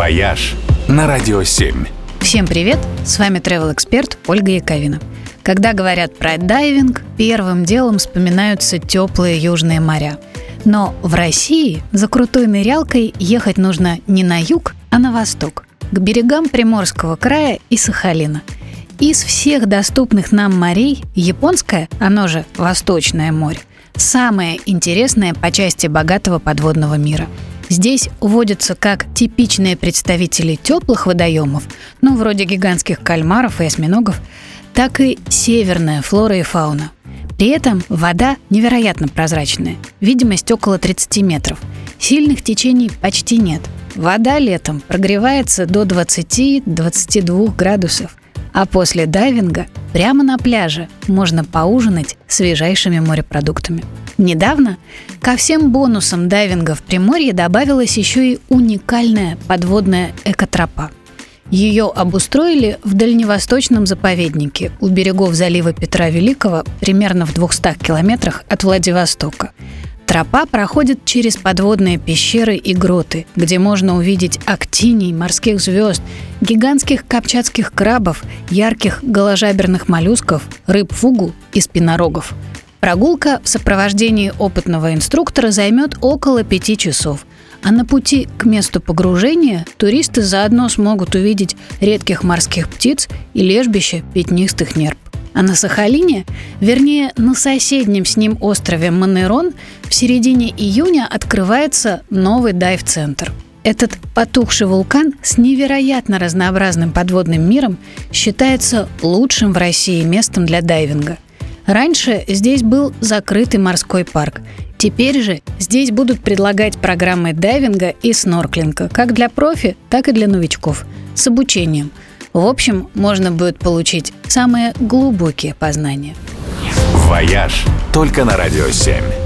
«Вояж» на Радио 7. Всем привет! С вами travel-эксперт Ольга Яковина. Когда говорят про дайвинг, первым делом вспоминаются теплые южные моря. Но в России за крутой нырялкой ехать нужно не на юг, а на восток, к берегам Приморского края и Сахалина. Из всех доступных нам морей Японское, оно же Восточное море, самое интересное по части богатого подводного мира. Здесь водятся как типичные представители теплых водоемов, вроде гигантских кальмаров и осьминогов, так и северная флора и фауна. При этом вода невероятно прозрачная, видимость около 30 метров. Сильных течений почти нет. Вода летом прогревается до 20-22 градусов. А после дайвинга прямо на пляже можно поужинать свежайшими морепродуктами. Недавно ко всем бонусам дайвинга в Приморье добавилась еще и уникальная подводная экотропа. Ее обустроили в дальневосточном заповеднике у берегов залива Петра Великого, примерно в 200 километрах от Владивостока. Тропа проходит через подводные пещеры и гроты, где можно увидеть актиний, морских звезд, гигантских камчатских крабов, ярких голожаберных моллюсков, рыб фугу и спинорогов. Прогулка в сопровождении опытного инструктора займет около 5 часов, а на пути к месту погружения туристы заодно смогут увидеть редких морских птиц и лежбище пятнистых нерп. А на Сахалине, вернее, на соседнем с ним острове Манерон, в середине июня открывается новый дайв-центр. Этот потухший вулкан с невероятно разнообразным подводным миром считается лучшим в России местом для дайвинга. Раньше здесь был закрытый морской парк. Теперь же здесь будут предлагать программы дайвинга и снорклинга как для профи, так и для новичков, с обучением. В общем, можно будет получить самые глубокие познания. «Вояж» только на Радио 7.